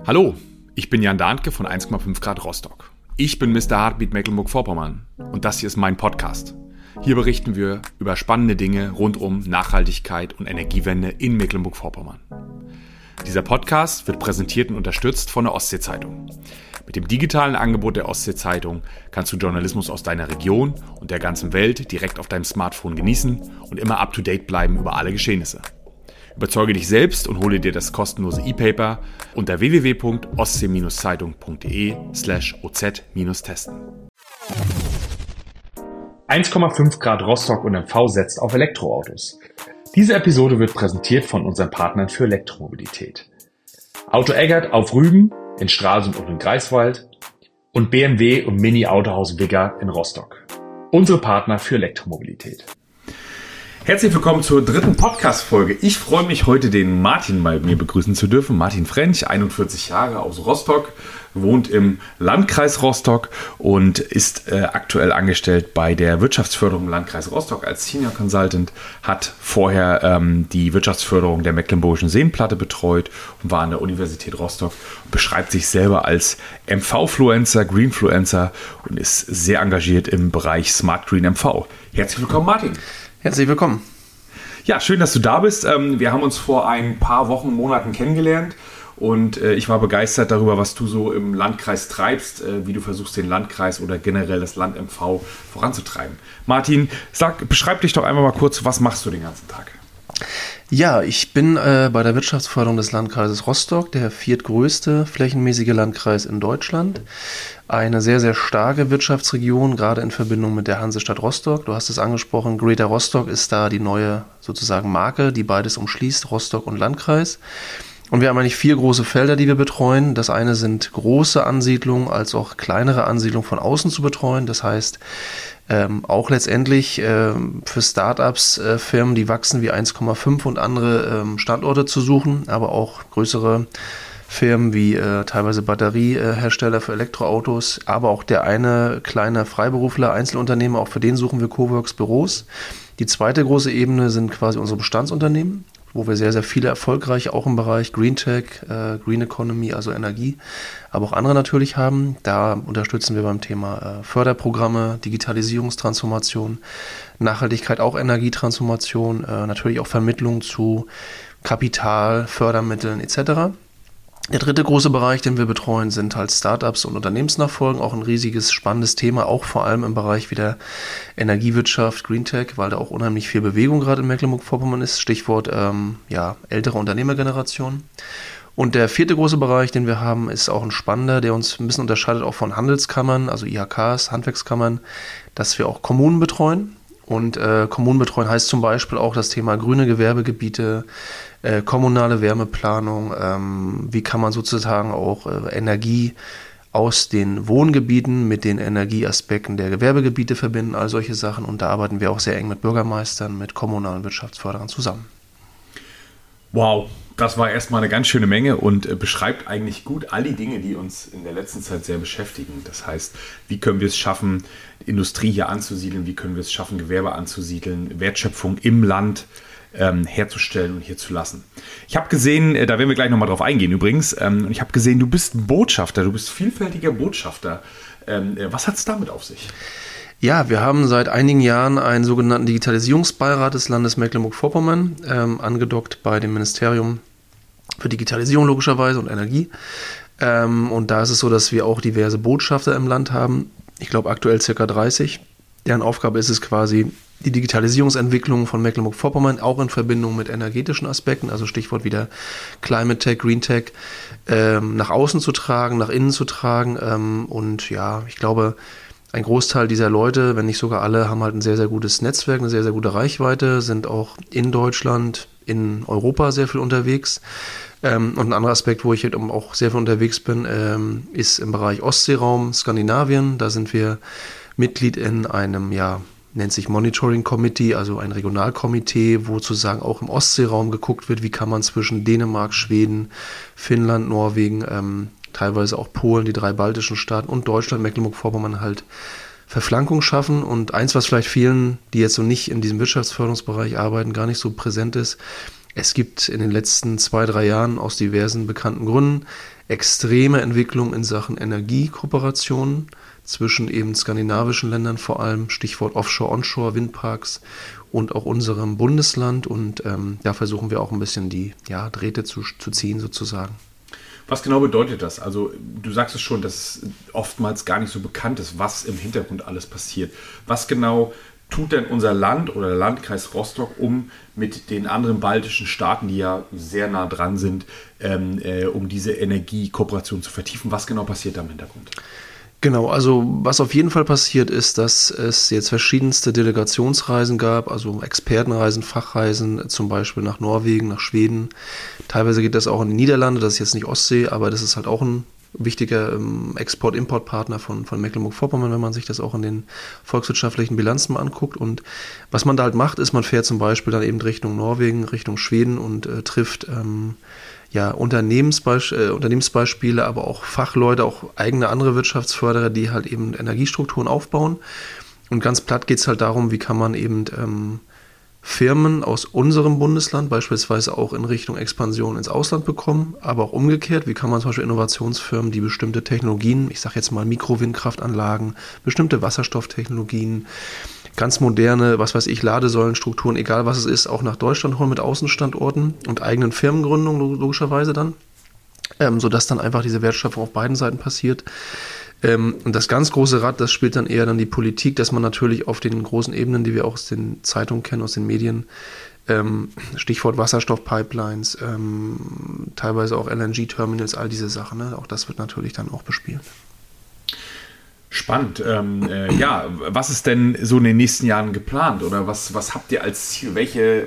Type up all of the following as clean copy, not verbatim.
Hallo, ich bin Jan Dahnke von 1,5 Grad Rostock. Ich bin Mr. Heartbeat Mecklenburg-Vorpommern und das hier ist mein Podcast. Hier berichten wir über spannende Dinge rund um Nachhaltigkeit und Energiewende in Mecklenburg-Vorpommern. Dieser Podcast wird präsentiert und unterstützt von der Ostsee-Zeitung. Mit dem digitalen Angebot der Ostsee-Zeitung kannst du Journalismus aus deiner Region und der ganzen Welt direkt auf deinem Smartphone genießen und immer up-to-date bleiben über alle Geschehnisse. Überzeuge dich selbst und hole dir das kostenlose E-Paper unter www.ostsee-zeitung.de/oz-testen. 1,5 Grad Rostock und MV setzt auf Elektroautos. Diese Episode wird präsentiert von unseren Partnern für Elektromobilität. Auto Eggert auf Rügen, in Stralsund und in Greifswald und BMW und Mini Autohaus Wigger in Rostock. Unsere Partner für Elektromobilität. Herzlich willkommen zur dritten Podcast-Folge. Ich freue mich, heute den Martin bei mir begrüßen zu dürfen. Martin French, 41 Jahre, aus Rostock, wohnt im Landkreis Rostock und ist aktuell angestellt bei der Wirtschaftsförderung im Landkreis Rostock als Senior Consultant, hat vorher die Wirtschaftsförderung der Mecklenburgischen Seenplatte betreut und war an der Universität Rostock und beschreibt sich selber als MV-Fluencer, Greenfluencer und ist sehr engagiert im Bereich Smart Green MV. Herzlich willkommen, Martin. Herzlich willkommen. Ja, schön, dass du da bist. Wir haben uns vor ein paar Wochen, Monaten kennengelernt und ich war begeistert darüber, was du so im Landkreis treibst, wie du versuchst, den Landkreis oder generell das Land MV voranzutreiben. Martin, beschreib dich doch einmal mal kurz, was machst du den ganzen Tag? Ja, ich bin bei der Wirtschaftsförderung des Landkreises Rostock, der viertgrößte flächenmäßige Landkreis in Deutschland. Eine sehr, sehr starke Wirtschaftsregion, gerade in Verbindung mit der Hansestadt Rostock. Du hast es angesprochen, Greater Rostock ist da die neue sozusagen Marke, die beides umschließt, Rostock und Landkreis. Und wir haben eigentlich 4 große Felder, die wir betreuen. Das eine sind große Ansiedlungen, als auch kleinere Ansiedlungen von außen zu betreuen. Das heißt, auch letztendlich für Startups, Firmen, die wachsen wie 1,5 und andere Standorte zu suchen, aber auch größere Firmen wie teilweise Batteriehersteller für Elektroautos, aber auch der eine kleine Freiberufler, Einzelunternehmer, auch für den suchen wir Coworks-Büros. Die zweite große Ebene sind quasi unsere Bestandsunternehmen, wo wir sehr, sehr viele erfolgreiche auch im Bereich Green Tech, Green Economy, also Energie, aber auch andere natürlich haben. Da unterstützen wir beim Thema Förderprogramme, Digitalisierungstransformation, Nachhaltigkeit, auch Energietransformation, natürlich auch Vermittlung zu Kapital, Fördermitteln etc. Der dritte große Bereich, den wir betreuen, sind halt Startups und Unternehmensnachfolgen, auch ein riesiges, spannendes Thema, auch vor allem im Bereich wieder Energiewirtschaft, Green Tech, weil da auch unheimlich viel Bewegung gerade in Mecklenburg-Vorpommern ist, Stichwort ältere Unternehmergeneration. Und der vierte große Bereich, den wir haben, ist auch ein spannender, der uns ein bisschen unterscheidet auch von Handelskammern, also IHKs, Handwerkskammern, dass wir auch Kommunen betreuen. Und Kommunen betreuen heißt zum Beispiel auch das Thema grüne Gewerbegebiete, kommunale Wärmeplanung, wie kann man sozusagen auch Energie aus den Wohngebieten mit den Energieaspekten der Gewerbegebiete verbinden, all solche Sachen. Und da arbeiten wir auch sehr eng mit Bürgermeistern, mit kommunalen Wirtschaftsförderern zusammen. Wow, das war erstmal eine ganz schöne Menge und beschreibt eigentlich gut all die Dinge, die uns in der letzten Zeit sehr beschäftigen. Das heißt, wie können wir es schaffen, Industrie hier anzusiedeln, wie können wir es schaffen, Gewerbe anzusiedeln, Wertschöpfung im Land herzustellen und hier zu lassen. Ich habe gesehen, da werden wir gleich nochmal drauf eingehen übrigens, und ich habe gesehen, du bist ein Botschafter, du bist vielfältiger Botschafter. Was hat es damit auf sich? Ja, wir haben seit einigen Jahren einen sogenannten Digitalisierungsbeirat des Landes Mecklenburg-Vorpommern, angedockt bei dem Ministerium für Digitalisierung logischerweise und Energie. Und da ist es so, dass wir auch diverse Botschafter im Land haben. Ich glaube aktuell ca. 30. Deren Aufgabe ist es quasi, die Digitalisierungsentwicklung von Mecklenburg-Vorpommern auch in Verbindung mit energetischen Aspekten, also Stichwort wieder Climate Tech, Green Tech, nach außen zu tragen, nach innen zu tragen. Und ja, ich glaube, ein Großteil dieser Leute, wenn nicht sogar alle, haben halt ein sehr, sehr gutes Netzwerk, eine sehr, sehr gute Reichweite, sind auch in Deutschland, in Europa sehr viel unterwegs. Und ein anderer Aspekt, wo ich halt auch sehr viel unterwegs bin, ist im Bereich Ostseeraum, Skandinavien. Da sind wir Mitglied in einem, nennt sich Monitoring Committee, also ein Regionalkomitee, wo sozusagen auch im Ostseeraum geguckt wird, wie kann man zwischen Dänemark, Schweden, Finnland, Norwegen, teilweise auch Polen, die 3 baltischen Staaten und Deutschland, Mecklenburg-Vorpommern halt Verflankung schaffen. Und eins, was vielleicht vielen, die jetzt so nicht in diesem Wirtschaftsförderungsbereich arbeiten, gar nicht so präsent ist, Es gibt in den letzten 2-3 Jahren aus diversen bekannten Gründen extreme Entwicklungen in Sachen Energiekooperationen zwischen eben skandinavischen Ländern, vor allem Stichwort Offshore, Onshore, Windparks und auch unserem Bundesland. Und da versuchen wir auch ein bisschen die Drähte zu ziehen sozusagen. Was genau bedeutet das? Also du sagst es schon, dass oftmals gar nicht so bekannt ist, was im Hintergrund alles passiert. Was genau tut denn unser Land oder der Landkreis Rostock, um mit den anderen baltischen Staaten, die ja sehr nah dran sind, um diese Energiekooperation zu vertiefen? Was genau passiert da im Hintergrund? Genau, also was auf jeden Fall passiert ist, dass es jetzt verschiedenste Delegationsreisen gab, also Expertenreisen, Fachreisen, zum Beispiel nach Norwegen, nach Schweden. Teilweise geht das auch in die Niederlande, das ist jetzt nicht Ostsee, aber das ist halt auch ein wichtiger Export-Import-Partner von Mecklenburg-Vorpommern, wenn man sich das auch in den volkswirtschaftlichen Bilanzen mal anguckt. Und was man da halt macht, ist, man fährt zum Beispiel dann eben Richtung Norwegen, Richtung Schweden und trifft Unternehmensbeispiele, aber auch Fachleute, auch eigene andere Wirtschaftsförderer, die halt eben Energiestrukturen aufbauen. Und ganz platt geht es halt darum, wie kann man eben Firmen aus unserem Bundesland beispielsweise auch in Richtung Expansion ins Ausland bekommen, aber auch umgekehrt, wie kann man zum Beispiel Innovationsfirmen, die bestimmte Technologien, ich sage jetzt mal Mikrowindkraftanlagen, bestimmte Wasserstofftechnologien, ganz moderne, Ladesäulenstrukturen, egal was es ist, auch nach Deutschland holen mit Außenstandorten und eigenen Firmengründungen logischerweise dann, sodass dann einfach diese Wertschöpfung auf beiden Seiten passiert. Und das ganz große Rad, das spielt dann eher dann die Politik, dass man natürlich auf den großen Ebenen, die wir auch aus den Zeitungen kennen, aus den Medien, Stichwort Wasserstoffpipelines, teilweise auch LNG-Terminals, all diese Sachen, ne? Auch das wird natürlich dann auch bespielt. Spannend. Was ist denn so in den nächsten Jahren geplant? Oder was habt ihr als Ziel? Welche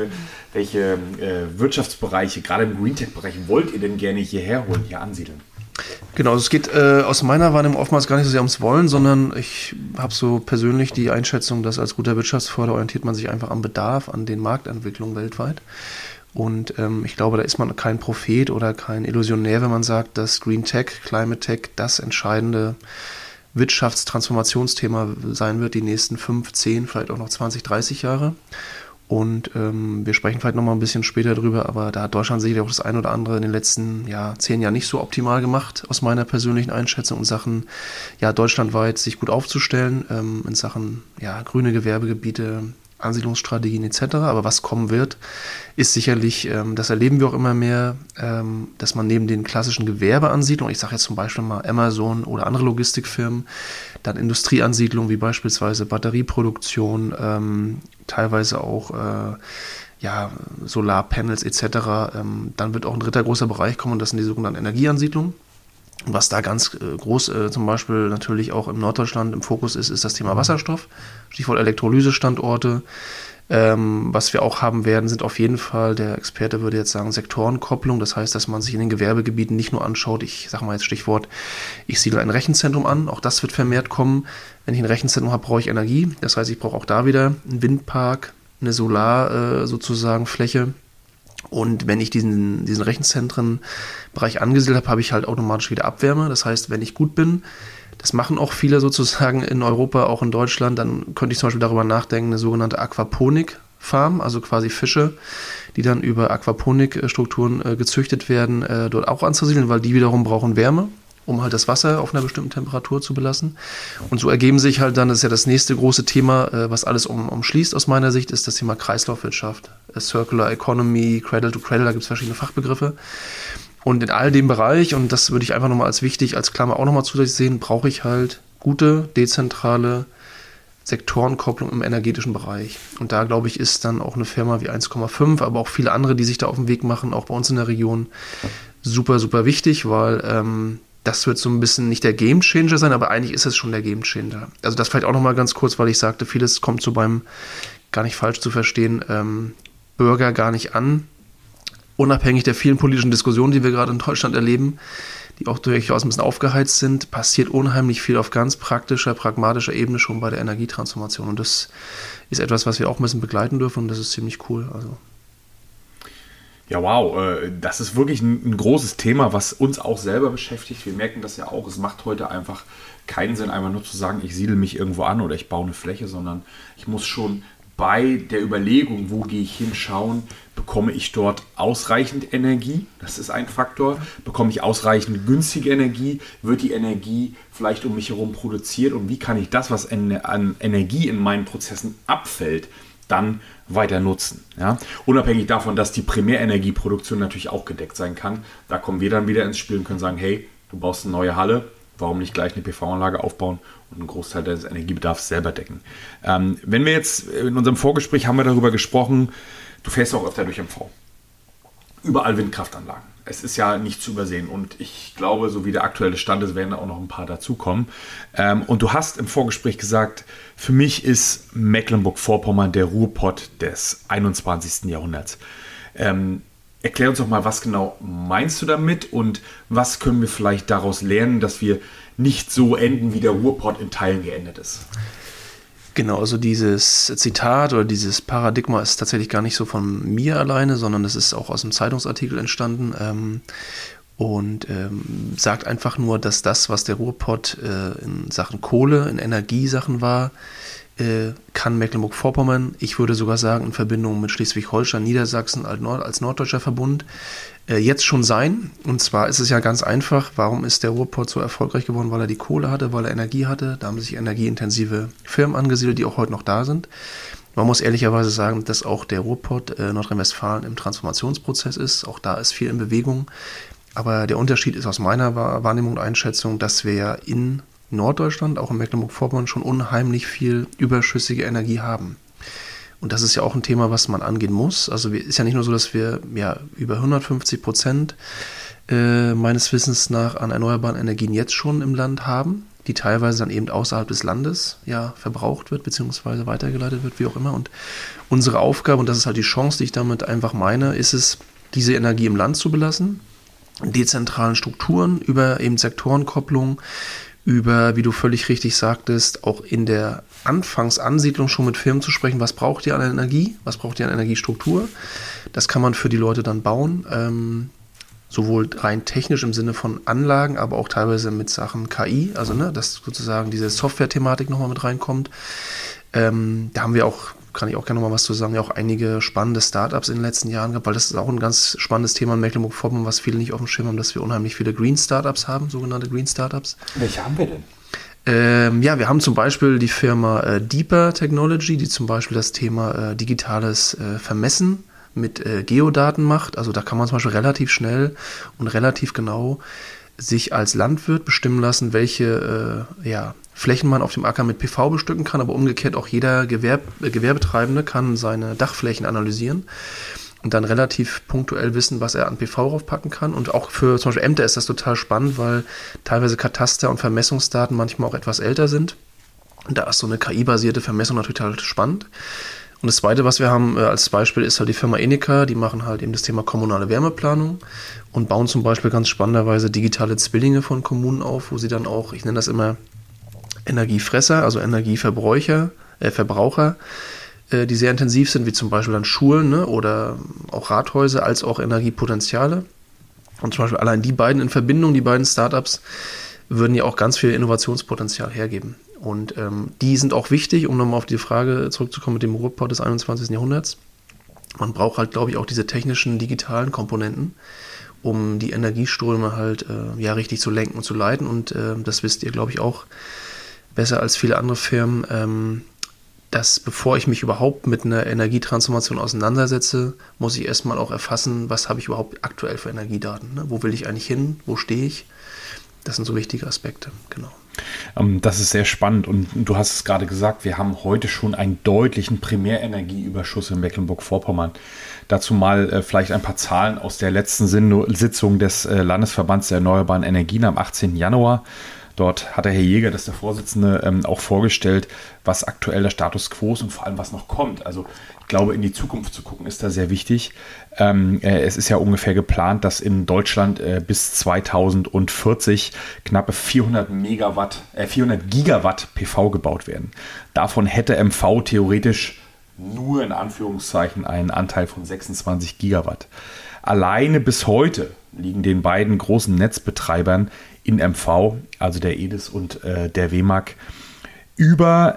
Wirtschaftsbereiche, gerade im Greentech-Bereich, wollt ihr denn gerne hierher holen, hier ansiedeln? Genau, es geht aus meiner Wahrnehmung oftmals gar nicht so sehr ums Wollen, sondern ich habe so persönlich die Einschätzung, dass als guter Wirtschaftsförderer orientiert man sich einfach am Bedarf, an den Marktentwicklungen weltweit. Und ich glaube, da ist man kein Prophet oder kein Illusionär, wenn man sagt, dass Green Tech, Climate Tech das entscheidende Wirtschaftstransformationsthema sein wird, die nächsten 5, 10, vielleicht auch noch 20, 30 Jahre. Und wir sprechen vielleicht nochmal ein bisschen später drüber, aber da hat Deutschland sicherlich auch das ein oder andere in den letzten 10 Jahren nicht so optimal gemacht, aus meiner persönlichen Einschätzung, in Sachen deutschlandweit sich gut aufzustellen, in Sachen grüne Gewerbegebiete, Ansiedlungsstrategien etc. Aber was kommen wird, ist sicherlich, das erleben wir auch immer mehr, dass man neben den klassischen Gewerbeansiedlungen, ich sage jetzt zum Beispiel mal Amazon oder andere Logistikfirmen, dann Industrieansiedlungen wie beispielsweise Batterieproduktion, teilweise auch Solarpanels etc. Dann wird auch ein dritter großer Bereich kommen und das sind die sogenannten Energieansiedlungen. Was da ganz groß zum Beispiel natürlich auch im Norddeutschland im Fokus ist, ist das Thema Wasserstoff. Stichwort Elektrolysestandorte. Was wir auch haben werden, sind auf jeden Fall, der Experte würde jetzt sagen, Sektorenkopplung. Das heißt, dass man sich in den Gewerbegebieten nicht nur anschaut, ich sage mal jetzt Stichwort, ich siedle ein Rechenzentrum an. Auch das wird vermehrt kommen. Wenn ich ein Rechenzentrum habe, brauche ich Energie. Das heißt, ich brauche auch da wieder einen Windpark, eine Solar sozusagen Fläche. Und wenn ich diesen Rechenzentrenbereich angesiedelt habe, habe ich halt automatisch wieder Abwärme. Das heißt, wenn ich gut bin, das machen auch viele sozusagen in Europa, auch in Deutschland, dann könnte ich zum Beispiel darüber nachdenken, eine sogenannte Aquaponik-Farm, also quasi Fische, die dann über Aquaponik-Strukturen gezüchtet werden, dort auch anzusiedeln, weil die wiederum brauchen Wärme, um halt das Wasser auf einer bestimmten Temperatur zu belassen. Und so ergeben sich halt dann, das ist ja das nächste große Thema, was alles umschließt aus meiner Sicht, ist das Thema Kreislaufwirtschaft, Circular Economy, Cradle to Cradle, da gibt es verschiedene Fachbegriffe. Und in all dem Bereich, und das würde ich einfach nochmal als wichtig, als Klammer auch nochmal zusätzlich sehen, brauche ich halt gute, dezentrale Sektorenkopplung im energetischen Bereich. Und da, glaube ich, ist dann auch eine Firma wie 1,5, aber auch viele andere, die sich da auf den Weg machen, auch bei uns in der Region, super, super wichtig, weil das wird so ein bisschen nicht der Gamechanger sein, aber eigentlich ist es schon der Gamechanger. Also das vielleicht auch nochmal ganz kurz, weil ich sagte, vieles kommt so beim, gar nicht falsch zu verstehen, Bürger gar nicht an. Unabhängig der vielen politischen Diskussionen, die wir gerade in Deutschland erleben, die auch durchaus ein bisschen aufgeheizt sind, passiert unheimlich viel auf ganz praktischer, pragmatischer Ebene schon bei der Energietransformation. Und das ist etwas, was wir auch ein bisschen begleiten dürfen und das ist ziemlich cool. Also. Ja, wow, das ist wirklich ein großes Thema, was uns auch selber beschäftigt. Wir merken das ja auch, es macht heute einfach keinen Sinn, einfach nur zu sagen, ich siedle mich irgendwo an oder ich baue eine Fläche, sondern ich muss schon bei der Überlegung, wo gehe ich hin, schauen, bekomme ich dort ausreichend Energie? Das ist ein Faktor. Bekomme ich ausreichend günstige Energie? Wird die Energie vielleicht um mich herum produziert? Und wie kann ich das, was an Energie in meinen Prozessen abfällt, dann weiter nutzen? Ja? Unabhängig davon, dass die Primärenergieproduktion natürlich auch gedeckt sein kann. Da kommen wir dann wieder ins Spiel und können sagen, hey, du baust eine neue Halle, warum nicht gleich eine PV-Anlage aufbauen und einen Großteil deines Energiebedarfs selber decken? Wenn wir jetzt in unserem Vorgespräch haben wir darüber gesprochen, du fährst auch öfter durch MV. Überall Windkraftanlagen. Es ist ja nicht zu übersehen und ich glaube, so wie der aktuelle Stand ist, werden da auch noch ein paar dazukommen. Und du hast im Vorgespräch gesagt, für mich ist Mecklenburg-Vorpommern der Ruhrpott des 21. Jahrhunderts. Erklär uns doch mal, was genau meinst du damit und was können wir vielleicht daraus lernen, dass wir nicht so enden, wie der Ruhrpott in Teilen geendet ist? Genau, also dieses Zitat oder dieses Paradigma ist tatsächlich gar nicht so von mir alleine, sondern das ist auch aus einem Zeitungsartikel entstanden und sagt einfach nur, dass das, was der Ruhrpott in Sachen Kohle, in Energiesachen war, kann Mecklenburg-Vorpommern, ich würde sogar sagen, in Verbindung mit Schleswig-Holstein, Niedersachsen als norddeutscher Verbund, jetzt schon sein. Und zwar ist es ja ganz einfach, warum ist der Ruhrpott so erfolgreich geworden? Weil er die Kohle hatte, weil er Energie hatte. Da haben sich energieintensive Firmen angesiedelt, die auch heute noch da sind. Man muss ehrlicherweise sagen, dass auch der Ruhrpott Nordrhein-Westfalen im Transformationsprozess ist. Auch da ist viel in Bewegung. Aber der Unterschied ist aus meiner Wahrnehmung und Einschätzung, dass wir ja in Norddeutschland, auch in Mecklenburg-Vorpommern, schon unheimlich viel überschüssige Energie haben. Und das ist ja auch ein Thema, was man angehen muss. Also es ist ja nicht nur so, dass wir ja über 150% meines Wissens nach an erneuerbaren Energien jetzt schon im Land haben, die teilweise dann eben außerhalb des Landes ja verbraucht wird, beziehungsweise weitergeleitet wird, wie auch immer. Und unsere Aufgabe, und das ist halt die Chance, die ich damit einfach meine, ist es, diese Energie im Land zu belassen, dezentralen Strukturen über eben Sektorenkopplung, über, wie du völlig richtig sagtest, auch in der Anfangsansiedlung schon mit Firmen zu sprechen, was braucht ihr an Energie, was braucht ihr an Energiestruktur. Das kann man für die Leute dann bauen, sowohl rein technisch im Sinne von Anlagen, aber auch teilweise mit Sachen KI, also dass sozusagen diese Software-Thematik nochmal mit reinkommt. Da haben wir auch, kann ich auch gerne nochmal was zu sagen, ja auch einige spannende Startups in den letzten Jahren gehabt, weil das ist auch ein ganz spannendes Thema in Mecklenburg-Vorpommern, was viele nicht auf dem Schirm haben, dass wir unheimlich viele Green Startups haben, sogenannte Green Startups. Welche haben wir denn? Ja, wir haben zum Beispiel die Firma Deeper Technology, die zum Beispiel das Thema digitales Vermessen mit Geodaten macht. Also da kann man zum Beispiel relativ schnell und relativ genau sich als Landwirt bestimmen lassen, welche Flächen man auf dem Acker mit PV bestücken kann, aber umgekehrt auch jeder Gewerbetreibende kann seine Dachflächen analysieren und dann relativ punktuell wissen, was er an PV draufpacken kann. Und auch für zum Beispiel Ämter ist das total spannend, weil teilweise Kataster- und Vermessungsdaten manchmal auch etwas älter sind. Und da ist so eine KI-basierte Vermessung natürlich total spannend. Und das Zweite, was wir haben als Beispiel, ist halt die Firma Enica. Die machen halt eben das Thema kommunale Wärmeplanung und bauen zum Beispiel ganz spannenderweise digitale Zwillinge von Kommunen auf, wo sie dann auch, ich nenne das immer Energiefresser, also Verbraucher, die sehr intensiv sind, wie zum Beispiel dann Schulen, ne, oder auch Rathäuser, als auch Energiepotenziale. Und zum Beispiel allein die beiden in Verbindung, die beiden Startups, würden ja auch ganz viel Innovationspotenzial hergeben. Und die sind auch wichtig, um nochmal auf die Frage zurückzukommen mit dem Ruhrpott des 21. Jahrhunderts. Man braucht halt, glaube ich, auch diese technischen, digitalen Komponenten, um die Energieströme halt richtig zu lenken und zu leiten. Und das wisst ihr, glaube ich, auch besser als viele andere Firmen, dass bevor ich mich überhaupt mit einer Energietransformation auseinandersetze, muss ich erstmal auch erfassen, was habe ich überhaupt aktuell für Energiedaten. Ne? Wo will ich eigentlich hin? Wo stehe ich? Das sind so wichtige Aspekte, genau. Das ist sehr spannend und du hast es gerade gesagt, wir haben heute schon einen deutlichen Primärenergieüberschuss in Mecklenburg-Vorpommern. Dazu mal vielleicht ein paar Zahlen aus der letzten Sitzung des Landesverbands der Erneuerbaren Energien am 18. Januar. Dort hat der Herr Jäger, das ist der Vorsitzende, auch vorgestellt, was aktuell der Status quo ist und vor allem, was noch kommt. Also ich glaube, in die Zukunft zu gucken, ist da sehr wichtig. Es ist ja ungefähr geplant, dass in Deutschland bis 2040 knappe 400 Gigawatt PV gebaut werden. Davon hätte MV theoretisch nur in Anführungszeichen einen Anteil von 26 Gigawatt. Alleine bis heute liegen den beiden großen Netzbetreibern in MV, also der EDIS und der WEMAG, über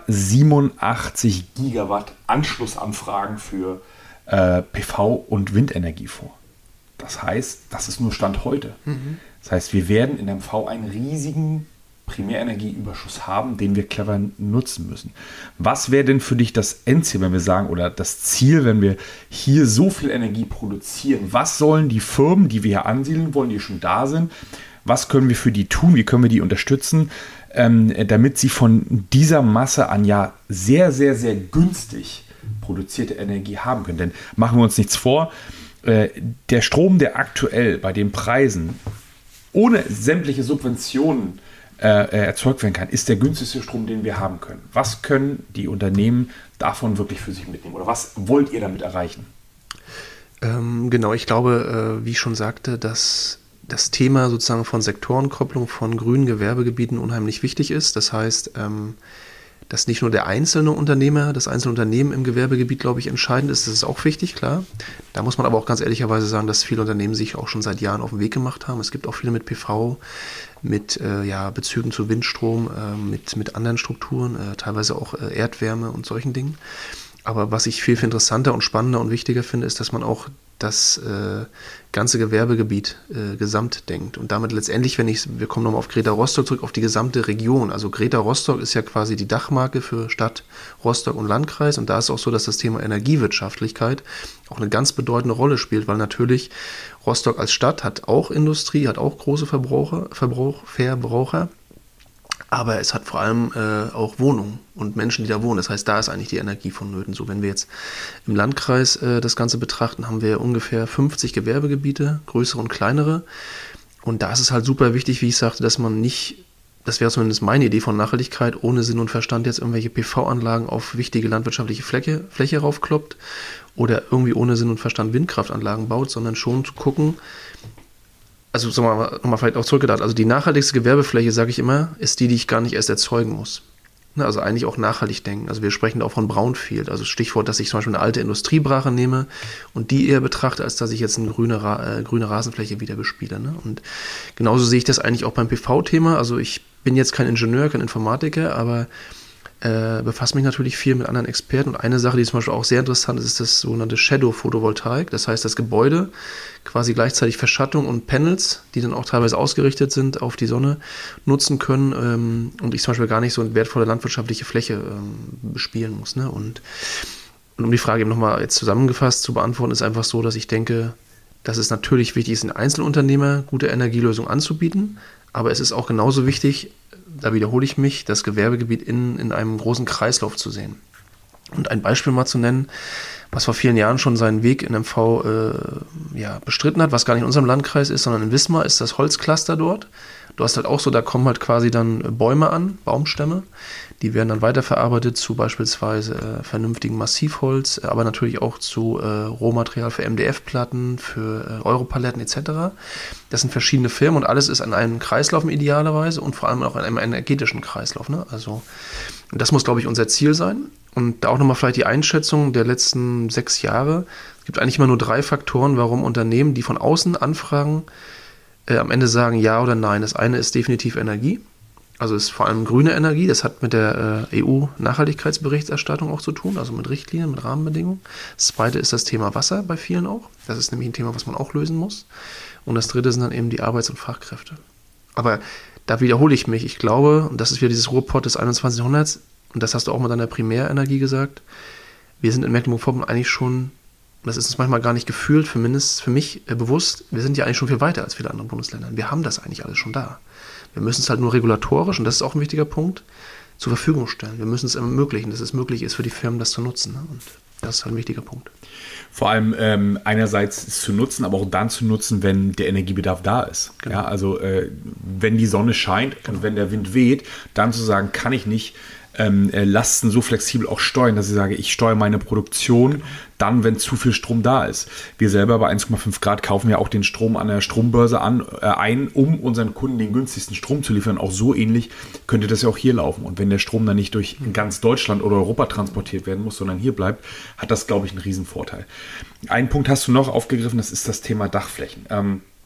87 Gigawatt Anschlussanfragen für PV- und Windenergie vor. Das heißt, das ist nur Stand heute. Das heißt, wir werden in MV einen riesigen Primärenergieüberschuss haben, den wir clever nutzen müssen. Was wäre denn für dich das Endziel, wenn wir sagen, oder das Ziel, wenn wir hier so viel Energie produzieren? Was sollen die Firmen, die wir hier ansiedeln wollen, die schon da sind, was können wir für die tun? Wie können wir die unterstützen, damit sie von dieser Masse an ja sehr, sehr, sehr günstig produzierte Energie haben können? Denn machen wir uns nichts vor, der Strom, der aktuell bei den Preisen ohne sämtliche Subventionen erzeugt werden kann, ist der günstigste Strom, den wir haben können. Was können die Unternehmen davon wirklich für sich mitnehmen? Oder was wollt ihr damit erreichen? Genau, ich glaube, wie ich schon sagte, dass das Thema sozusagen von Sektorenkopplung von grünen Gewerbegebieten unheimlich wichtig ist. Das heißt, dass nicht nur der einzelne Unternehmer, das einzelne Unternehmen im Gewerbegebiet, glaube ich, entscheidend ist. Das ist auch wichtig, klar. Da muss man aber auch ganz ehrlicherweise sagen, dass viele Unternehmen sich auch schon seit Jahren auf den Weg gemacht haben. Es gibt auch viele mit PV, mit Bezügen zu Windstrom, mit anderen Strukturen, teilweise auch Erdwärme und solchen Dingen. Aber was ich viel, viel interessanter und spannender und wichtiger finde, ist, dass man auch das ganze Gewerbegebiet gesamt denkt. Und damit letztendlich, wir kommen nochmal auf Greta Rostock zurück, auf die gesamte Region. Also Greta Rostock ist ja quasi die Dachmarke für Stadt Rostock und Landkreis. Und da ist auch so, dass das Thema Energiewirtschaftlichkeit auch eine ganz bedeutende Rolle spielt, weil natürlich Rostock als Stadt hat auch Industrie, hat auch große Verbraucher. Aber es hat vor allem auch Wohnungen und Menschen, die da wohnen. Das heißt, da ist eigentlich die Energie vonnöten. So, wenn wir jetzt im Landkreis das Ganze betrachten, haben wir ungefähr 50 Gewerbegebiete, größere und kleinere. Und da ist es halt super wichtig, wie ich sagte, dass man nicht, das wäre zumindest meine Idee von Nachhaltigkeit, ohne Sinn und Verstand jetzt irgendwelche PV-Anlagen auf wichtige landwirtschaftliche Fläche raufkloppt oder irgendwie ohne Sinn und Verstand Windkraftanlagen baut, sondern schon zu gucken, also sagen wir mal, nochmal vielleicht auch zurückgedacht, also die nachhaltigste Gewerbefläche, sage ich immer, ist die ich gar nicht erst erzeugen muss. Also eigentlich auch nachhaltig denken. Also wir sprechen da auch von Brownfield, also Stichwort, dass ich zum Beispiel eine alte Industriebrache nehme und die eher betrachte, als dass ich jetzt eine grüne Rasenfläche wieder bespiele. Ne? Und genauso sehe ich das eigentlich auch beim PV-Thema. Also ich bin jetzt kein Ingenieur, kein Informatiker, aber befasse mich natürlich viel mit anderen Experten. Und eine Sache, die zum Beispiel auch sehr interessant ist, ist das sogenannte Shadow-Photovoltaik. Das heißt, das Gebäude quasi gleichzeitig Verschattung und Panels, die dann auch teilweise ausgerichtet sind auf die Sonne, nutzen können und ich zum Beispiel gar nicht so eine wertvolle landwirtschaftliche Fläche bespielen muss. Ne? Und um die Frage eben nochmal jetzt zusammengefasst zu beantworten, ist einfach so, dass ich denke, dass es natürlich wichtig ist, den Einzelunternehmer gute Energielösungen anzubieten, aber es ist auch genauso wichtig, da wiederhole ich mich, das Gewerbegebiet in einem großen Kreislauf zu sehen. Und ein Beispiel mal zu nennen, was vor vielen Jahren schon seinen Weg in MV bestritten hat, was gar nicht in unserem Landkreis ist, sondern in Wismar ist das Holzcluster dort. Du hast halt auch so, da kommen halt quasi dann Bäume an, Baumstämme, die werden dann weiterverarbeitet zu beispielsweise vernünftigem Massivholz, aber natürlich auch zu Rohmaterial für MDF-Platten, für Europaletten etc. Das sind verschiedene Firmen und alles ist an einem Kreislauf idealerweise und vor allem auch in einem energetischen Kreislauf. Ne? Also das muss, glaube ich, unser Ziel sein. Und da auch nochmal vielleicht die Einschätzung der letzten 6 Jahre. Es gibt eigentlich immer nur 3 Faktoren, warum Unternehmen, die von außen anfragen, am Ende sagen ja oder nein. Das eine ist definitiv Energie, also ist vor allem grüne Energie. Das hat mit der EU-Nachhaltigkeitsberichterstattung auch zu tun, also mit Richtlinien, mit Rahmenbedingungen. Das zweite ist das Thema Wasser bei vielen auch. Das ist nämlich ein Thema, was man auch lösen muss. Und das dritte sind dann eben die Arbeits- und Fachkräfte. Aber da wiederhole ich mich. Ich glaube, und das ist wieder dieses Ruhrpott des 21. Jahrhunderts, und das hast du auch mit deiner Primärenergie gesagt, wir sind in Mecklenburg-Vorpommern eigentlich schon, das ist uns manchmal gar nicht gefühlt, für mich bewusst, wir sind ja eigentlich schon viel weiter als viele andere Bundesländer. Wir haben das eigentlich alles schon da. Wir müssen es halt nur regulatorisch, und das ist auch ein wichtiger Punkt, zur Verfügung stellen. Wir müssen es ermöglichen, dass es möglich ist für die Firmen, das zu nutzen. Ne? Und das ist halt ein wichtiger Punkt. Vor allem einerseits zu nutzen, aber auch dann zu nutzen, wenn der Energiebedarf da ist. Genau. Ja, also wenn die Sonne scheint und wenn der Wind weht, dann zu sagen, kann ich nicht Lasten so flexibel auch steuern, dass ich sage, ich steuere meine Produktion dann, wenn zu viel Strom da ist. Wir selber bei 1,5 Grad kaufen ja auch den Strom an der Strombörse ein, um unseren Kunden den günstigsten Strom zu liefern. Auch so ähnlich könnte das ja auch hier laufen. Und wenn der Strom dann nicht durch ganz Deutschland oder Europa transportiert werden muss, sondern hier bleibt, hat das, glaube ich, einen riesen Vorteil. Einen Punkt hast du noch aufgegriffen, das ist das Thema Dachflächen.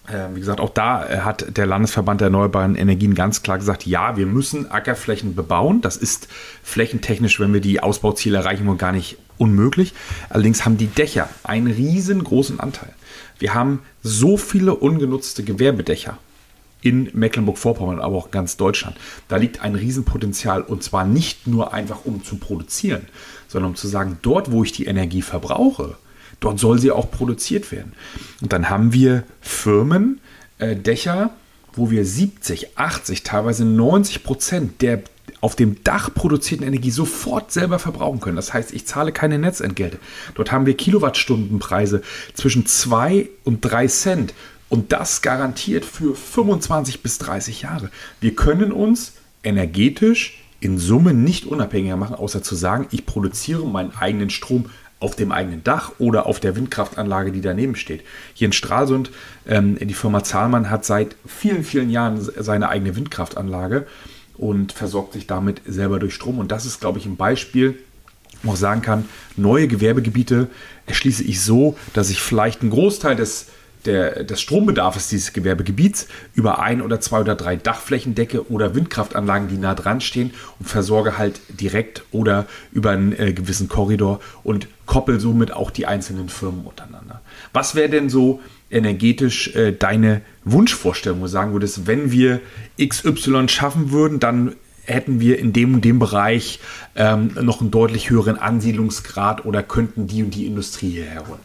Wie gesagt, auch da hat der Landesverband der erneuerbaren Energien ganz klar gesagt, ja, wir müssen Ackerflächen bebauen. Das ist flächentechnisch, wenn wir die Ausbauziele erreichen, gar nicht unmöglich. Allerdings haben die Dächer einen riesengroßen Anteil. Wir haben so viele ungenutzte Gewerbedächer in Mecklenburg-Vorpommern, aber auch in ganz Deutschland. Da liegt ein Riesenpotenzial, und zwar nicht nur einfach, um zu produzieren, sondern um zu sagen, dort, wo ich die Energie verbrauche, dort soll sie auch produziert werden. Und dann haben wir Firmen, Dächer, wo wir 70, 80, teilweise 90% der auf dem Dach produzierten Energie sofort selber verbrauchen können. Das heißt, ich zahle keine Netzentgelte. Dort haben wir Kilowattstundenpreise zwischen 2 und 3 Cent. Und das garantiert für 25 bis 30 Jahre. Wir können uns energetisch in Summe nicht unabhängiger machen, außer zu sagen, ich produziere meinen eigenen Strom auf dem eigenen Dach oder auf der Windkraftanlage, die daneben steht. Hier in Stralsund, die Firma Zahlmann hat seit vielen, vielen Jahren seine eigene Windkraftanlage und versorgt sich damit selber durch Strom. Und das ist, glaube ich, ein Beispiel, wo ich sagen kann, neue Gewerbegebiete erschließe ich so, dass ich vielleicht einen Großteil des Strombedarfs dieses Gewerbegebiets über 1 oder 2 oder 3 Dachflächen decke oder Windkraftanlagen, die nah dran stehen, und versorge halt direkt oder über einen gewissen Korridor und koppel somit auch die einzelnen Firmen untereinander. Was wäre denn so energetisch deine Wunschvorstellung, wo du sagen würdest, wenn wir XY schaffen würden, dann hätten wir in dem und dem Bereich noch einen deutlich höheren Ansiedlungsgrad oder könnten die und die Industrie hierher holen?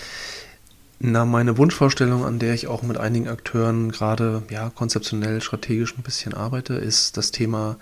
Na, meine Wunschvorstellung, an der ich auch mit einigen Akteuren gerade konzeptionell, strategisch ein bisschen arbeite, ist das Thema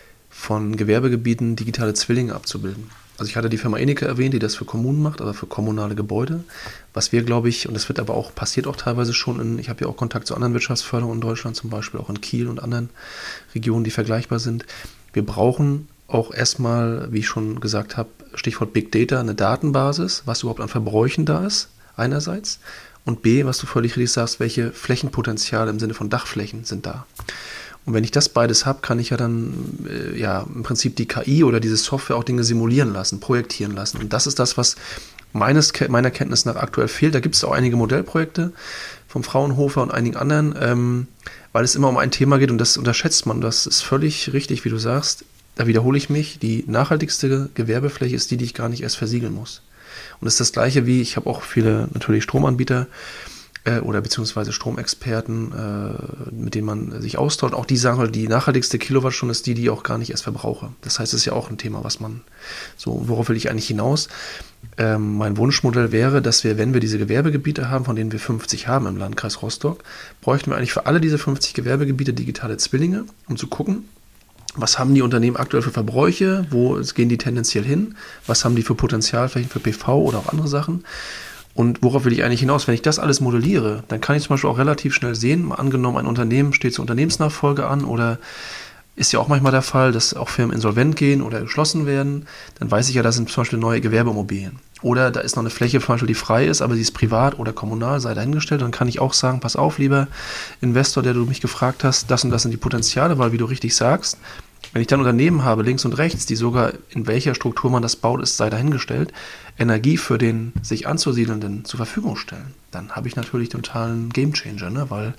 von Gewerbegebieten digitale Zwillinge abzubilden. Also ich hatte die Firma Enica erwähnt, die das für Kommunen macht, aber für kommunale Gebäude. Was wir, glaube ich, und das wird aber auch, passiert auch teilweise schon ich habe ja auch Kontakt zu anderen Wirtschaftsförderungen in Deutschland, zum Beispiel auch in Kiel und anderen Regionen, die vergleichbar sind. Wir brauchen auch erstmal, wie ich schon gesagt habe, Stichwort Big Data, eine Datenbasis, was überhaupt an Verbräuchen da ist, einerseits. Und B, was du völlig richtig sagst, welche Flächenpotenziale im Sinne von Dachflächen sind da. Und wenn ich das beides habe, kann ich ja dann im Prinzip die KI oder diese Software auch Dinge simulieren lassen, projektieren lassen. Und das ist das, was meiner Kenntnis nach aktuell fehlt. Da gibt es auch einige Modellprojekte vom Fraunhofer und einigen anderen, weil es immer um ein Thema geht und das unterschätzt man. Das ist völlig richtig, wie du sagst. Da wiederhole ich mich, die nachhaltigste Gewerbefläche ist die ich gar nicht erst versiegeln muss. Und das ist das Gleiche wie, ich habe auch viele natürlich Stromanbieter oder beziehungsweise Stromexperten, mit denen man sich austauscht. Auch die sagen, die nachhaltigste Kilowattstunde ist die ich auch gar nicht erst verbrauche. Das heißt, es ist ja auch ein Thema, was man so, worauf will ich eigentlich hinaus? Mein Wunschmodell wäre, dass wir, wenn wir diese Gewerbegebiete haben, von denen wir 50 haben im Landkreis Rostock, bräuchten wir eigentlich für alle diese 50 Gewerbegebiete digitale Zwillinge, um zu gucken, was haben die Unternehmen aktuell für Verbräuche, wo gehen die tendenziell hin, was haben die für Potenzialflächen für PV oder auch andere Sachen. Und worauf will ich eigentlich hinaus? Wenn ich das alles modelliere, dann kann ich zum Beispiel auch relativ schnell sehen, mal angenommen, ein Unternehmen steht zur Unternehmensnachfolge an oder ist ja auch manchmal der Fall, dass auch Firmen insolvent gehen oder geschlossen werden, dann weiß ich ja, das sind zum Beispiel neue Gewerbeimmobilien. Oder da ist noch eine Fläche zum Beispiel, die frei ist, aber sie ist privat oder kommunal, sei dahingestellt. Dann kann ich auch sagen, pass auf, lieber Investor, der du mich gefragt hast, das und das sind die Potenziale, weil wie du richtig sagst, wenn ich dann Unternehmen habe, links und rechts, die sogar in welcher Struktur man das baut, ist sei dahingestellt, Energie für den sich Anzusiedelnden zur Verfügung stellen, dann habe ich natürlich totalen Gamechanger, ne? Weil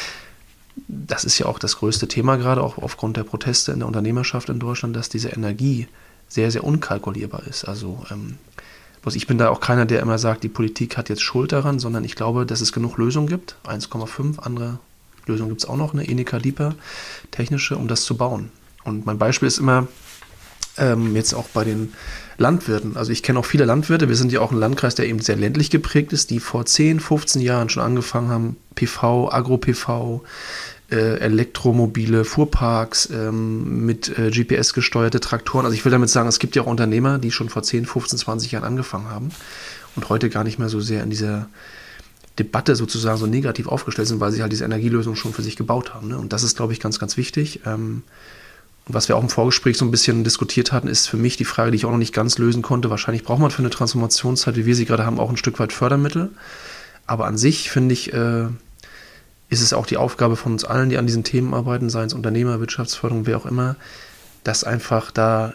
das ist ja auch das größte Thema gerade, auch aufgrund der Proteste in der Unternehmerschaft in Deutschland, dass diese Energie sehr, sehr unkalkulierbar ist. Also bloß ich bin da auch keiner, der immer sagt, die Politik hat jetzt Schuld daran, sondern ich glaube, dass es genug Lösungen gibt, 1,5, andere Lösungen gibt es auch noch, eine Enica Lipa, technische, um das zu bauen. Und mein Beispiel ist immer jetzt auch bei den Landwirten. Also ich kenne auch viele Landwirte, wir sind ja auch ein Landkreis, der eben sehr ländlich geprägt ist, die vor 10, 15 Jahren schon angefangen haben, PV, Agro-PV, Elektromobile, Fuhrparks, mit GPS gesteuerte Traktoren. Also ich will damit sagen, es gibt ja auch Unternehmer, die schon vor 10, 15, 20 Jahren angefangen haben und heute gar nicht mehr so sehr in dieser Debatte sozusagen so negativ aufgestellt sind, weil sie halt diese Energielösung schon für sich gebaut haben. Ne? Und das ist, glaube ich, ganz, ganz wichtig. Und was wir auch im Vorgespräch so ein bisschen diskutiert hatten, ist für mich die Frage, die ich auch noch nicht ganz lösen konnte. Wahrscheinlich braucht man für eine Transformationszeit, wie wir sie gerade haben, auch ein Stück weit Fördermittel. Aber an sich, finde ich, ist es auch die Aufgabe von uns allen, die an diesen Themen arbeiten, seien es Unternehmer, Wirtschaftsförderung, wer auch immer, dass einfach da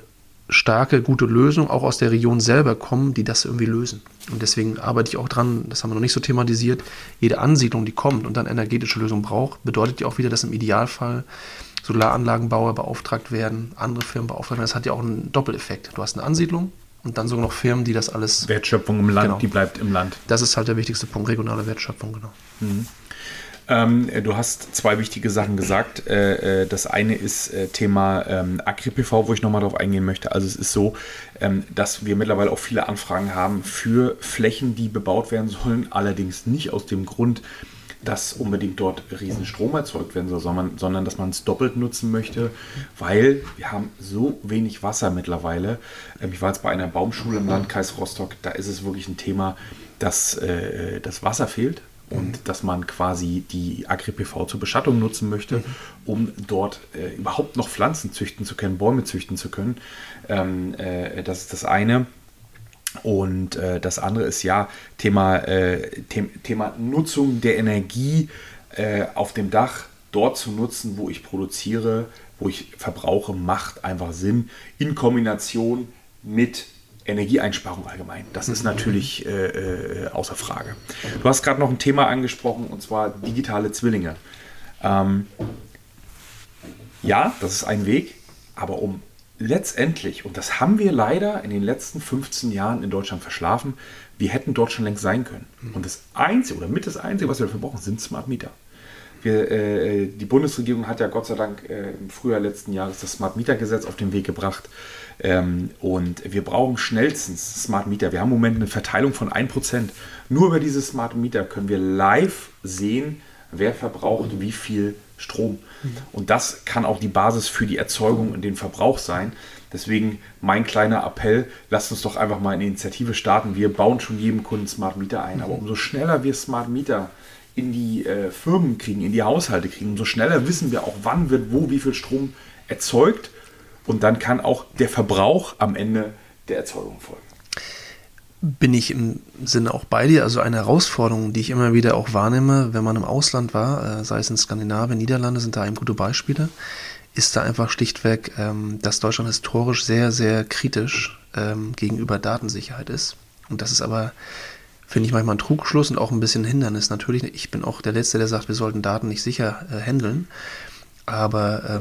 starke, gute Lösungen auch aus der Region selber kommen, die das irgendwie lösen. Und deswegen arbeite ich auch dran, das haben wir noch nicht so thematisiert, jede Ansiedlung, die kommt und dann energetische Lösungen braucht, bedeutet ja auch wieder, dass im Idealfall Solaranlagenbauer beauftragt werden, andere Firmen beauftragt werden. Das hat ja auch einen Doppeleffekt. Du hast eine Ansiedlung und dann sogar noch Firmen, die das alles... Wertschöpfung im Land, genau. Die bleibt im Land. Das ist halt der wichtigste Punkt, regionale Wertschöpfung, genau. Mhm. Du hast zwei wichtige Sachen gesagt. Das eine ist Thema Agri-PV, wo ich nochmal drauf eingehen möchte. Also es ist so, dass wir mittlerweile auch viele Anfragen haben für Flächen, die bebaut werden sollen, allerdings nicht aus dem Grund, dass unbedingt dort Riesenstrom erzeugt werden soll, sondern dass man es doppelt nutzen möchte, weil wir haben so wenig Wasser mittlerweile. Ich war jetzt bei einer Baumschule im Landkreis Rostock, da ist es wirklich ein Thema, dass das Wasser fehlt. Und dass man quasi die Agri-PV zur Beschattung nutzen möchte, um dort überhaupt noch Pflanzen züchten zu können, Bäume züchten zu können. Das ist das eine. Und das andere ist ja Thema Nutzung der Energie auf dem Dach, dort zu nutzen, wo ich produziere, wo ich verbrauche, macht einfach Sinn in Kombination mit Energieeinsparung allgemein. Das ist natürlich außer Frage. Du hast gerade noch ein Thema angesprochen, und zwar digitale Zwillinge. Ja, das ist ein Weg, aber um letztendlich, und das haben wir leider in den letzten 15 Jahren in Deutschland verschlafen, wir hätten dort schon längst sein können. Und das Einzige, was wir dafür brauchen, sind Smart Meter. Die Bundesregierung hat ja Gott sei Dank im Frühjahr letzten Jahres das Smart Meter Gesetz auf den Weg gebracht. Und wir brauchen schnellstens Smart Meter. Wir haben im Moment eine Verteilung von 1%. Nur über dieses Smart Meter können wir live sehen, wer verbraucht wie viel Strom. Und das kann auch die Basis für die Erzeugung und den Verbrauch sein. Deswegen mein kleiner Appell, lasst uns doch einfach mal eine Initiative starten. Wir bauen schon jedem Kunden Smart Meter ein, aber umso schneller wir Smart Meter in die Firmen kriegen, in die Haushalte kriegen, umso schneller wissen wir auch, wann wird wo wie viel Strom erzeugt. Und dann kann auch der Verbrauch am Ende der Erzeugung folgen. Bin ich im Sinne auch bei dir. Also eine Herausforderung, die ich immer wieder auch wahrnehme, wenn man im Ausland war, sei es in Skandinavien, Niederlande, sind da eben gute Beispiele, ist da einfach schlichtweg, dass Deutschland historisch sehr, sehr kritisch gegenüber Datensicherheit ist. Und das ist aber, finde ich, manchmal ein Trugschluss und auch ein bisschen ein Hindernis. Natürlich, ich bin auch der Letzte, der sagt, wir sollten Daten nicht sicher handeln. Aber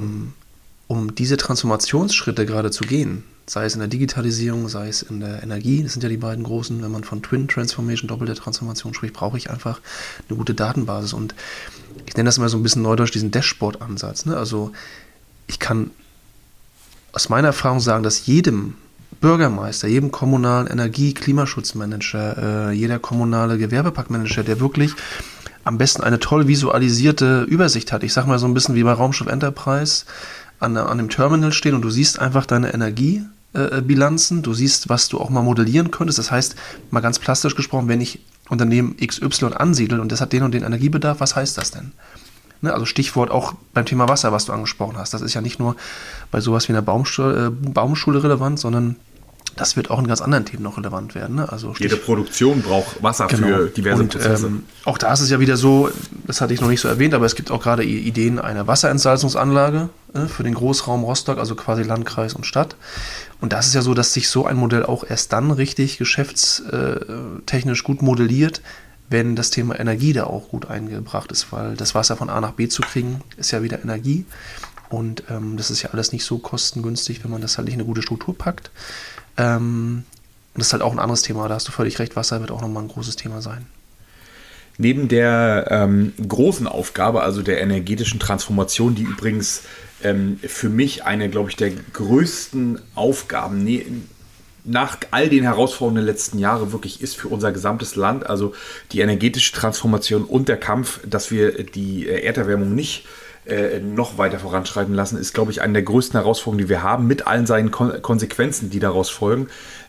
um diese Transformationsschritte gerade zu gehen, sei es in der Digitalisierung, sei es in der Energie, das sind ja die beiden großen, wenn man von Twin Transformation, doppelte Transformation spricht, brauche ich einfach eine gute Datenbasis. Und ich nenne das immer so ein bisschen neudeutsch diesen Dashboard-Ansatz. Ne? Also ich kann aus meiner Erfahrung sagen, dass jedem Bürgermeister, jedem kommunalen Energie-Klimaschutzmanager, jeder kommunale Gewerbeparkmanager, der wirklich am besten eine toll visualisierte Übersicht hat. Ich sage mal so ein bisschen wie bei Raumschiff Enterprise, an dem Terminal stehen und du siehst einfach deine Energiebilanzen, du siehst, was du auch mal modellieren könntest. Das heißt, mal ganz plastisch gesprochen, wenn ich Unternehmen XY ansiedle und das hat den und den Energiebedarf, was heißt das denn? Ne, also Stichwort auch beim Thema Wasser, was du angesprochen hast. Das ist ja nicht nur bei sowas wie einer Baumschule relevant, sondern das wird auch in ganz anderen Themen noch relevant werden. Ne? Also jede Produktion braucht Wasser für diverse Prozesse. Auch da ist es ja wieder so, das hatte ich noch nicht so erwähnt, aber es gibt auch gerade Ideen einer Wasserentsalzungsanlage für den Großraum Rostock, also quasi Landkreis und Stadt. Und das ist ja so, dass sich so ein Modell auch erst dann richtig geschäftstechnisch gut modelliert, wenn das Thema Energie da auch gut eingebracht ist, weil das Wasser von A nach B zu kriegen, ist ja wieder Energie. Und das ist ja alles nicht so kostengünstig, wenn man das halt nicht in eine gute Struktur packt. Und das ist halt auch ein anderes Thema, da hast du völlig recht, Wasser wird auch nochmal ein großes Thema sein. Neben der großen Aufgabe, also der energetischen Transformation, die übrigens für mich eine, glaube ich, der größten Aufgaben nach all den Herausforderungen der letzten Jahre wirklich ist für unser gesamtes Land, also die energetische Transformation und der Kampf, dass wir die Erderwärmung nicht noch weiter voranschreiten lassen, ist, glaube ich, eine der größten Herausforderungen, die wir haben, mit allen seinen Konsequenzen, die daraus folgen.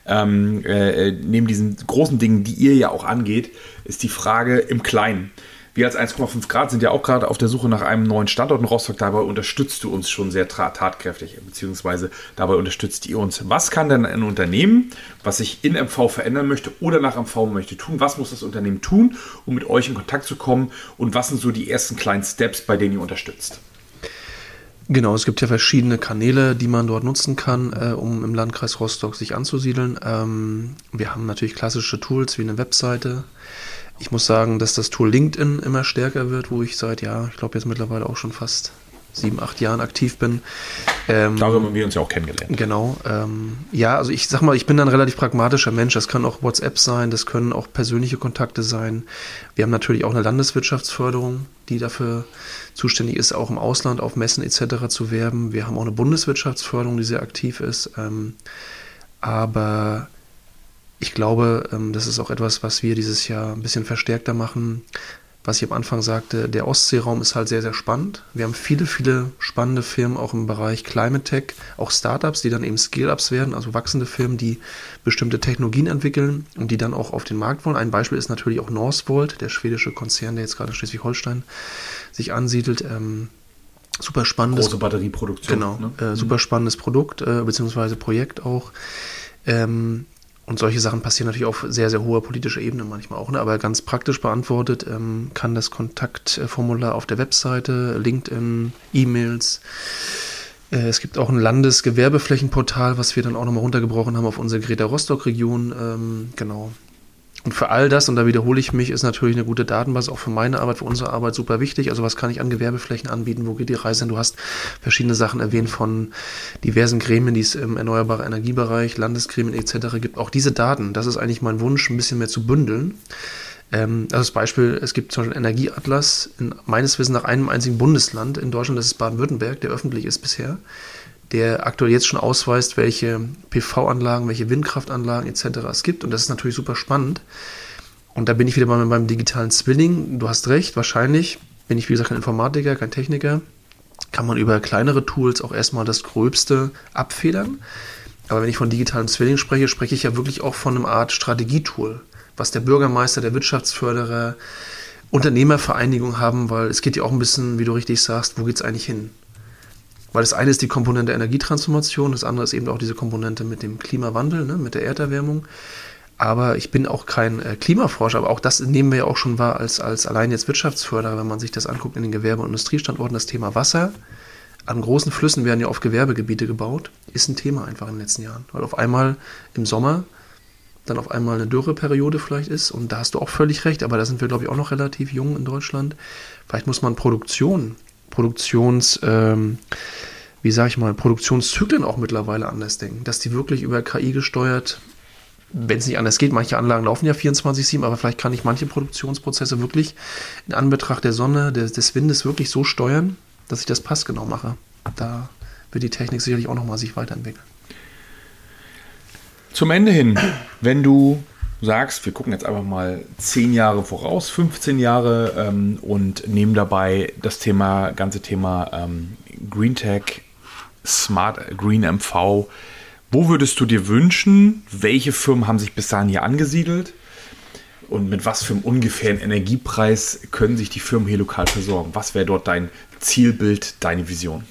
Neben diesen großen Dingen, die ihr ja auch angeht, ist die Frage im Kleinen. Wir als 1,5 Grad sind ja auch gerade auf der Suche nach einem neuen Standort in Rostock. Dabei unterstützt du uns schon sehr tatkräftig, beziehungsweise dabei unterstützt ihr uns. Was kann denn ein Unternehmen, was sich in MV verändern möchte oder nach MV möchte, tun? Was muss das Unternehmen tun, um mit euch in Kontakt zu kommen? Und was sind so die ersten kleinen Steps, bei denen ihr unterstützt? Genau, es gibt ja verschiedene Kanäle, die man dort nutzen kann, um im Landkreis Rostock sich anzusiedeln. Wir haben natürlich klassische Tools wie eine Webseite. Ich muss sagen, dass das Tool LinkedIn immer stärker wird, wo ich seit, ich glaube jetzt mittlerweile auch schon fast 7, 8 Jahren aktiv bin. Darüber haben wir uns ja auch kennengelernt. Genau. Also ich sag mal, ich bin ein relativ pragmatischer Mensch. Das kann auch WhatsApp sein, das können auch persönliche Kontakte sein. Wir haben natürlich auch eine Landeswirtschaftsförderung, die dafür zuständig ist, auch im Ausland auf Messen etc. zu werben. Wir haben auch eine Bundeswirtschaftsförderung, die sehr aktiv ist. Aber ich glaube, das ist auch etwas, was wir dieses Jahr ein bisschen verstärkter machen. Was ich am Anfang sagte, der Ostseeraum ist halt sehr, sehr spannend. Wir haben viele, viele spannende Firmen auch im Bereich Climate Tech, auch Startups, die dann eben Scale-Ups werden, also wachsende Firmen, die bestimmte Technologien entwickeln und die dann auch auf den Markt wollen. Ein Beispiel ist natürlich auch Northvolt, der schwedische Konzern, der jetzt gerade in Schleswig-Holstein sich ansiedelt. Super spannendes. Große Batterieproduktion. Genau, ne? Super spannendes Produkt, beziehungsweise Projekt auch. Und solche Sachen passieren natürlich auf sehr, sehr hoher politischer Ebene manchmal auch. Ne? Aber ganz praktisch beantwortet kann das Kontaktformular auf der Webseite, LinkedIn, E-Mails. Es gibt auch ein Landesgewerbeflächenportal, was wir dann auch nochmal runtergebrochen haben auf unsere Greta Rostock-Region. Genau. Und für all das, und da wiederhole ich mich, ist natürlich eine gute Datenbasis auch für meine Arbeit, für unsere Arbeit super wichtig. Also was kann ich an Gewerbeflächen anbieten? Wo geht die Reise hin? Du hast verschiedene Sachen erwähnt von diversen Gremien, die es im erneuerbaren Energiebereich, Landesgremien etc. gibt. Auch diese Daten, das ist eigentlich mein Wunsch, ein bisschen mehr zu bündeln. Also das Beispiel, es gibt zum Beispiel einen Energieatlas, meines Wissens nach einem einzigen Bundesland in Deutschland, das ist Baden-Württemberg, der öffentlich ist bisher, der aktuell jetzt schon ausweist, welche PV-Anlagen, welche Windkraftanlagen etc. es gibt. Und das ist natürlich super spannend. Und da bin ich wieder beim digitalen Zwilling. Du hast recht, wahrscheinlich bin ich, wie gesagt, kein Informatiker, kein Techniker. Kann man über kleinere Tools auch erstmal das Gröbste abfedern. Aber wenn ich von digitalen Zwilling spreche, spreche ich ja wirklich auch von einer Art Strategietool, was der Bürgermeister, der Wirtschaftsförderer, Unternehmervereinigung haben, weil es geht ja auch ein bisschen, wie du richtig sagst, wo geht es eigentlich hin? Weil das eine ist die Komponente Energietransformation, das andere ist eben auch diese Komponente mit dem Klimawandel, ne, mit der Erderwärmung. Aber ich bin auch kein Klimaforscher, aber auch das nehmen wir ja auch schon wahr als allein jetzt Wirtschaftsförderer, wenn man sich das anguckt in den Gewerbe- und Industriestandorten. Das Thema Wasser, an großen Flüssen werden ja oft Gewerbegebiete gebaut, ist ein Thema einfach in den letzten Jahren. Weil auf einmal im Sommer dann auf einmal eine Dürreperiode vielleicht ist und da hast du auch völlig recht, aber da sind wir, glaube ich, auch noch relativ jung in Deutschland. Vielleicht muss man Produktionszyklen auch mittlerweile anders denken, dass die wirklich über KI gesteuert, wenn es nicht anders geht, manche Anlagen laufen ja 24/7, aber vielleicht kann ich manche Produktionsprozesse wirklich in Anbetracht der Sonne, des Windes wirklich so steuern, dass ich das passgenau mache. Da wird die Technik sicherlich auch nochmal sich weiterentwickeln. Zum Ende hin, wenn du sagst, wir gucken jetzt einfach mal 10 Jahre voraus, 15 Jahre und nehmen dabei das ganze Thema Green Tech, Smart Green MV. Wo würdest du dir wünschen, welche Firmen haben sich bis dahin hier angesiedelt und mit was für einem ungefähren Energiepreis können sich die Firmen hier lokal versorgen? Was wäre dort dein Zielbild, deine Vision?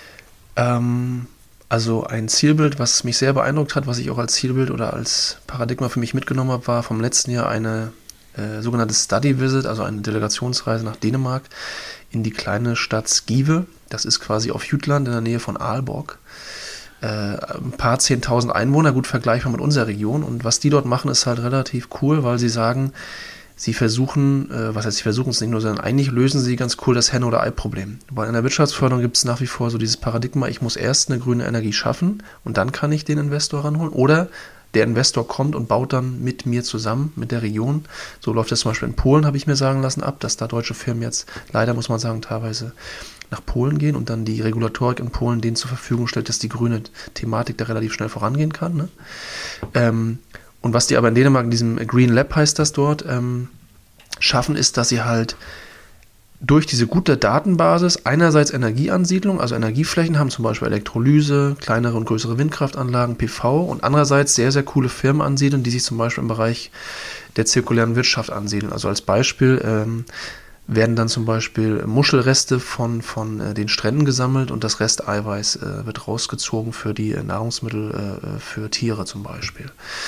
Also ein Zielbild, was mich sehr beeindruckt hat, was ich auch als Zielbild oder als Paradigma für mich mitgenommen habe, war vom letzten Jahr eine sogenannte Study Visit, also eine Delegationsreise nach Dänemark in die kleine Stadt Skive. Das ist quasi auf Jütland in der Nähe von Aalborg. Ein paar 10.000 Einwohner, gut vergleichbar mit unserer Region. Und was die dort machen, ist halt relativ cool, weil sie sagen, sie versuchen es nicht nur, sondern eigentlich lösen sie ganz cool das Henne- oder Ei-Problem. Weil in der Wirtschaftsförderung gibt es nach wie vor so dieses Paradigma, ich muss erst eine grüne Energie schaffen und dann kann ich den Investor ranholen. Oder der Investor kommt und baut dann mit mir zusammen, mit der Region. So läuft das zum Beispiel in Polen, habe ich mir sagen lassen, ab, dass da deutsche Firmen jetzt leider, muss man sagen, teilweise nach Polen gehen und dann die Regulatorik in Polen denen zur Verfügung stellt, dass die grüne Thematik da relativ schnell vorangehen kann. Ne? Und was die aber in Dänemark, in diesem Green Lab heißt das dort, schaffen, ist, dass sie halt durch diese gute Datenbasis einerseits Energieansiedlung, also Energieflächen haben, zum Beispiel Elektrolyse, kleinere und größere Windkraftanlagen, PV und andererseits sehr, sehr coole Firmen ansiedeln, die sich zum Beispiel im Bereich der zirkulären Wirtschaft ansiedeln. Also als Beispiel werden dann zum Beispiel Muschelreste von den Stränden gesammelt und das Resteiweiß wird rausgezogen für die Nahrungsmittel für Tiere zum Beispiel.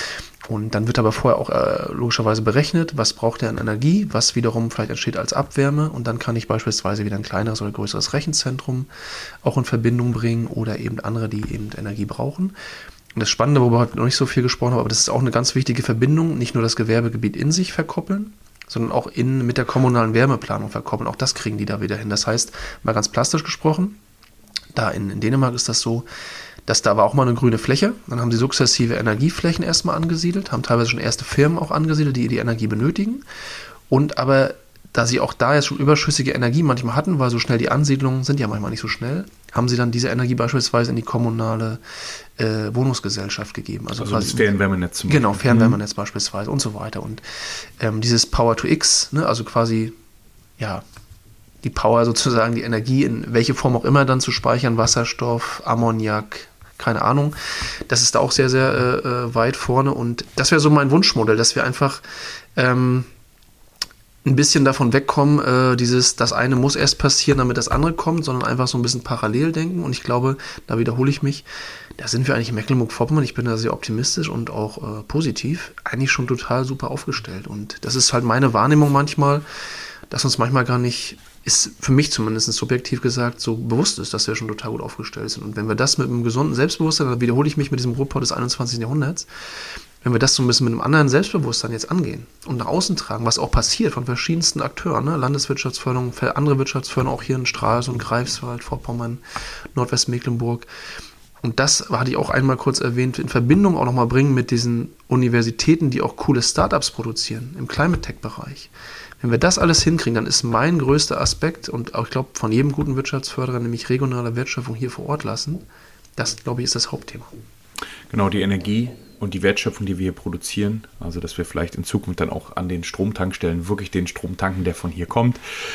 Und dann wird aber vorher auch logischerweise berechnet, was braucht er an Energie, was wiederum vielleicht entsteht als Abwärme. Und dann kann ich beispielsweise wieder ein kleineres oder größeres Rechenzentrum auch in Verbindung bringen oder eben andere, die eben Energie brauchen. Und das Spannende, worüber wir heute noch nicht so viel gesprochen haben, aber das ist auch eine ganz wichtige Verbindung, nicht nur das Gewerbegebiet in sich verkoppeln, sondern auch mit der kommunalen Wärmeplanung verkoppeln. Auch das kriegen die da wieder hin. Das heißt, mal ganz plastisch gesprochen, da in Dänemark ist das so, dass da war auch mal eine grüne Fläche. Dann haben sie sukzessive Energieflächen erstmal angesiedelt, haben teilweise schon erste Firmen auch angesiedelt, die Energie benötigen. Und aber da sie auch da jetzt schon überschüssige Energie manchmal hatten, weil so schnell die Ansiedlungen sind ja manchmal nicht so schnell, haben sie dann diese Energie beispielsweise in die kommunale Wohnungsgesellschaft gegeben. Also das Fernwärmenetz zum Beispiel. Genau, Fernwärmenetz beispielsweise und so weiter. Und dieses Power to X, ne, also quasi, ja, die Power sozusagen, die Energie in welche Form auch immer dann zu speichern, Wasserstoff, Ammoniak, keine Ahnung, das ist da auch sehr, sehr weit vorne. Und das wäre so mein Wunschmodell, dass wir einfach ein bisschen davon wegkommen, das eine muss erst passieren, damit das andere kommt, sondern einfach so ein bisschen parallel denken. Und ich glaube, da wiederhole ich mich, da sind wir eigentlich in Mecklenburg-Vorpommern, ich bin da sehr optimistisch und auch positiv, eigentlich schon total super aufgestellt. Und das ist halt meine Wahrnehmung manchmal, dass uns manchmal gar nicht, ist für mich zumindest subjektiv gesagt, so bewusst ist, dass wir schon total gut aufgestellt sind. Und wenn wir das mit einem gesunden Selbstbewusstsein, dann wiederhole ich mich mit diesem Ruhrpott des 21. Jahrhunderts, wenn wir das so ein bisschen mit einem anderen Selbstbewusstsein jetzt angehen und nach außen tragen, was auch passiert von verschiedensten Akteuren, ne? Landeswirtschaftsförderung, andere Wirtschaftsförderung, auch hier in Stralsund, Greifswald, Vorpommern, Nordwestmecklenburg. Und das hatte ich auch einmal kurz erwähnt, in Verbindung auch nochmal bringen mit diesen Universitäten, die auch coole Startups produzieren im Climate Tech-Bereich. Wenn wir das alles hinkriegen, dann ist mein größter Aspekt und auch, ich glaube, von jedem guten Wirtschaftsförderer, nämlich regionale Wertschöpfung hier vor Ort lassen. Das, glaube ich, ist das Hauptthema. Genau, die Energie und die Wertschöpfung, die wir hier produzieren, also dass wir vielleicht in Zukunft dann auch an den Stromtankstellen wirklich den Strom tanken, der von hier kommt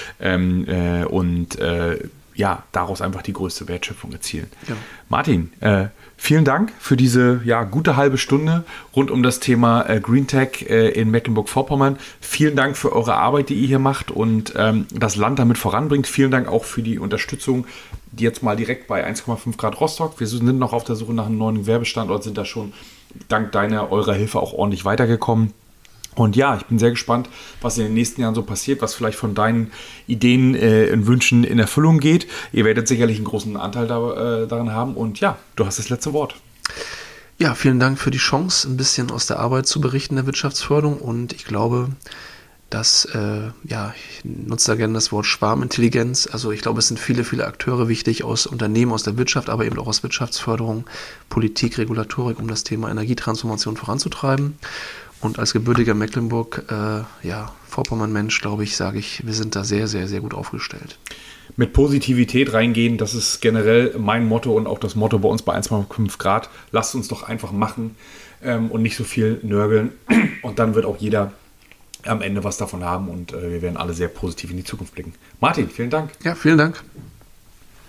daraus einfach die größte Wertschöpfung erzielen. Ja. Martin, vielen Dank für diese gute halbe Stunde rund um das Thema Green Tech in Mecklenburg-Vorpommern. Vielen Dank für eure Arbeit, die ihr hier macht und das Land damit voranbringt. Vielen Dank auch für die Unterstützung, die jetzt mal direkt bei 1,5 Grad Rostock. Wir sind noch auf der Suche nach einem neuen Gewerbestandort, sind da schon dank eurer Hilfe auch ordentlich weitergekommen. Und ja, ich bin sehr gespannt, was in den nächsten Jahren so passiert, was vielleicht von deinen Ideen und Wünschen in Erfüllung geht. Ihr werdet sicherlich einen großen Anteil daran haben. Und ja, du hast das letzte Wort. Ja, vielen Dank für die Chance, ein bisschen aus der Arbeit zu berichten der Wirtschaftsförderung. Und ich glaube, dass, ich nutze da gerne das Wort Schwarmintelligenz. Also ich glaube, es sind viele, viele Akteure wichtig aus Unternehmen, aus der Wirtschaft, aber eben auch aus Wirtschaftsförderung, Politik, Regulatorik, um das Thema Energietransformation voranzutreiben. Und als gebürtiger Mecklenburg-Vorpommern-Mensch, glaube ich, sage ich, wir sind da sehr, sehr, sehr gut aufgestellt. Mit Positivität reingehen, das ist generell mein Motto und auch das Motto bei uns bei 1,5 Grad. Lasst uns doch einfach machen und nicht so viel nörgeln. Und dann wird auch jeder am Ende was davon haben und wir werden alle sehr positiv in die Zukunft blicken. Martin, vielen Dank. Ja, vielen Dank.